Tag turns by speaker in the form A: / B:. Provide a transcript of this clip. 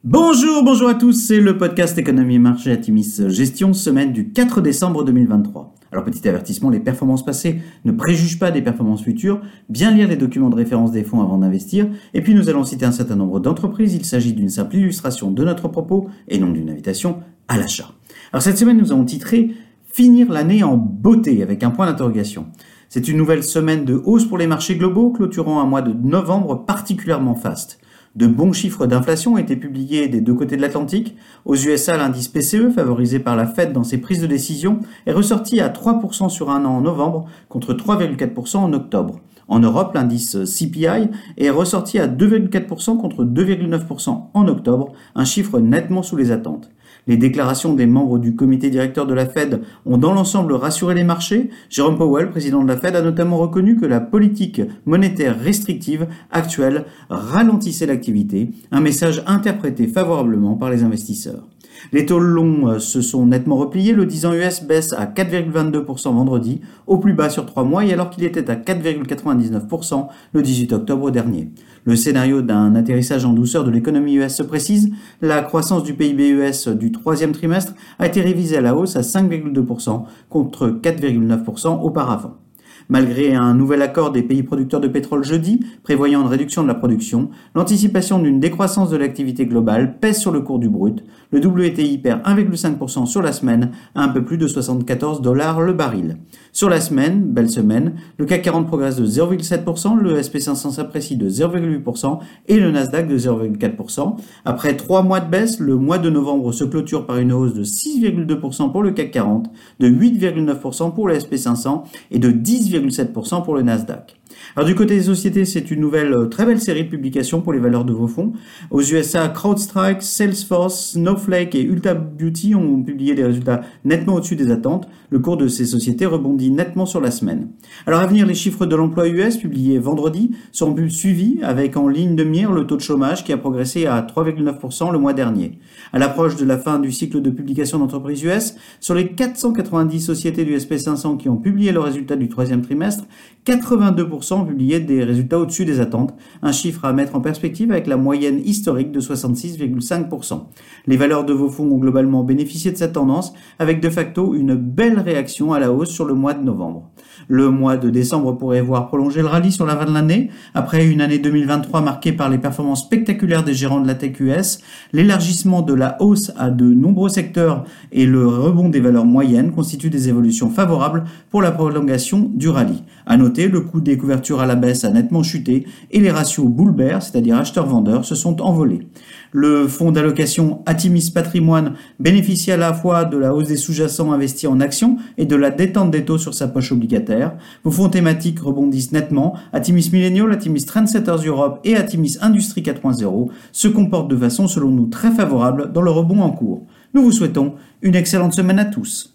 A: Bonjour à tous, c'est le podcast Économie et Marché Atimis Gestion, semaine du 4 décembre 2023. Alors petit avertissement, les performances passées ne préjugent pas des performances futures, bien lire les documents de référence des fonds avant d'investir, et puis nous allons citer un certain nombre d'entreprises, il s'agit d'une simple illustration de notre propos et non d'une invitation à l'achat. Alors cette semaine nous avons titré « Finir l'année en beauté » avec un point d'interrogation. C'est une nouvelle semaine de hausse pour les marchés globaux, clôturant un mois de novembre particulièrement faste. De bons chiffres d'inflation ont été publiés des deux côtés de l'Atlantique. Aux USA, l'indice PCE, favorisé par la Fed dans ses prises de décision, est ressorti à 3% sur un an en novembre, contre 3,4% en octobre. En Europe, l'indice CPI est ressorti à 2,4% contre 2,9% en octobre, un chiffre nettement sous les attentes. Les déclarations des membres du comité directeur de la Fed ont dans l'ensemble rassuré les marchés. Jérôme Powell, président de la Fed, a notamment reconnu que la politique monétaire restrictive actuelle ralentissait l'activité, un message interprété favorablement par les investisseurs. Les taux longs se sont nettement repliés, le 10 ans US baisse à 4,22% vendredi, au plus bas sur 3 mois, et alors qu'il était à 4,99% le 18 octobre dernier. Le scénario d'un atterrissage en douceur de l'économie US se précise, la croissance du PIB US du troisième trimestre a été révisée à la hausse à 5,2% contre 4,9% auparavant. Malgré un nouvel accord des pays producteurs de pétrole jeudi, prévoyant une réduction de la production, l'anticipation d'une décroissance de l'activité globale pèse sur le cours du brut. Le WTI perd 1,5% sur la semaine à un peu plus de 74 $ le baril. Sur la semaine, belle semaine, le CAC 40 progresse de 0,7%, le SP500 s'apprécie de 0,8% et le Nasdaq de 0,4%. Après 3 mois de baisse, le mois de novembre se clôture par une hausse de 6,2% pour le CAC 40, de 8,9% pour le SP500 et de 10,7% pour le Nasdaq. Alors du côté des sociétés, c'est une nouvelle très belle série de publications pour les valeurs de vos fonds. Aux USA, CrowdStrike, Salesforce, Snowflake et Ulta Beauty ont publié des résultats nettement au-dessus des attentes. Le cours de ces sociétés rebondit nettement sur la semaine. Alors à venir, les chiffres de l'emploi US publiés vendredi seront suivis avec en ligne de mire le taux de chômage qui a progressé à 3,9% le mois dernier. À l'approche de la fin du cycle de publication d'entreprises US, sur les 490 sociétés du SP500 qui ont publié leurs résultats du troisième trimestre, 82% ont publié des résultats au-dessus des attentes, un chiffre à mettre en perspective avec la moyenne historique de 66,5%. Les valeurs de vos fonds ont globalement bénéficié de cette tendance, avec de facto une belle réaction à la hausse sur le mois de novembre. Le mois de décembre pourrait voir prolonger le rallye sur la fin de l'année. Après une année 2023 marquée par les performances spectaculaires des gérants de la tech US, l'élargissement de la hausse à de nombreux secteurs et le rebond des valeurs moyennes constituent des évolutions favorables pour la prolongation du rallye. À noter, le coût des couvertures à la baisse a nettement chuté et les ratios bull-bear, c'est-à-dire acheteurs-vendeurs, se sont envolés. Le fonds d'allocation Atimis Patrimoine bénéficie à la fois de la hausse des sous-jacents investis en actions et de la détente des taux sur sa poche obligataire. Vos fonds thématiques rebondissent nettement. Atimis Millennial, Atimis Trendsetters Europe et Atimis Industrie 4.0 se comportent de façon selon nous très favorable dans le rebond en cours. Nous vous souhaitons une excellente semaine à tous.